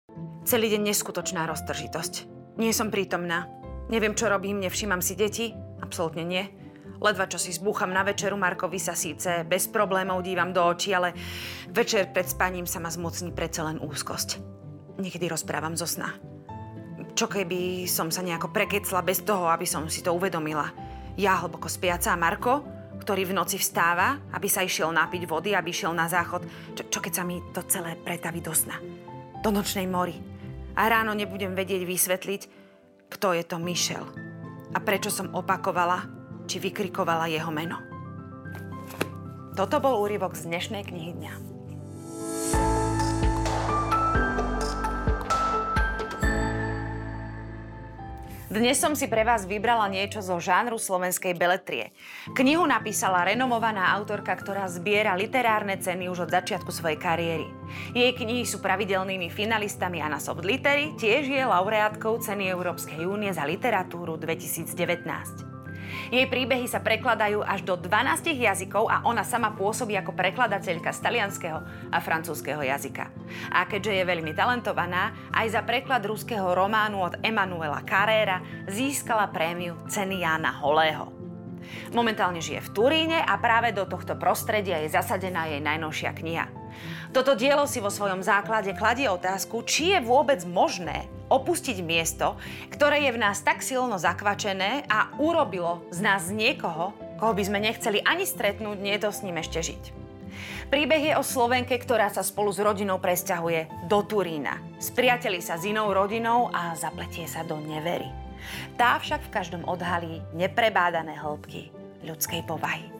Celý deň neskutočná roztržitosť. Nie som prítomná. Neviem, čo robím, nevšímam si deti. Absolútne nie. Ledva čo si zbúcham na večeru, Markovi sa síce bez problémov dívam do očí, ale večer pred spaním sa ma zmocní predsa len úzkosť. Niekedy rozprávam zo sna. Čo keby som sa nejako prekecla bez toho, aby som si to uvedomila. Ja hlboko spiaca a Marko, ktorý v noci vstáva, aby sa išiel napiť vody, aby išiel na záchod. Čo keď sa mi to celé pretaví do sna? Do nočnej mory. A ráno nebudem vedieť vysvetliť, kto je to Michel. A prečo som opakovala, či vykrikovala jeho meno. Toto bol úryvok z dnešnej knihy dňa. Dnes som si pre vás vybrala niečo zo žánru slovenskej beletrie. Knihu napísala renomovaná autorka, ktorá zbiera literárne ceny už od začiatku svojej kariéry. Jej knihy sú pravidelnými finalistami a na Soft Litery tiež je laureátkou Ceny Európskej únie za literatúru 2019. Jej príbehy sa prekladajú až do 12 jazykov a ona sama pôsobí ako prekladateľka z talianskeho a francúzskeho jazyka. A keďže je veľmi talentovaná, aj za preklad ruského románu od Emanuela Carrera získala prémiu Ceny Jána Holého. Momentálne žije v Turíne a práve do tohto prostredia je zasadená jej najnovšia kniha. Toto dielo si vo svojom základe kladie otázku, či je vôbec možné opustiť miesto, ktoré je v nás tak silno zakvačené a urobilo z nás niekoho, koho by sme nechceli ani stretnúť, nie to s ním ešte žiť. Príbeh je o Slovenke, ktorá sa spolu s rodinou presťahuje do Turína. Spriateli sa s inou rodinou a zapletie sa do nevery. Tá však v každom odhalí neprebádané hĺbky ľudskej povahy.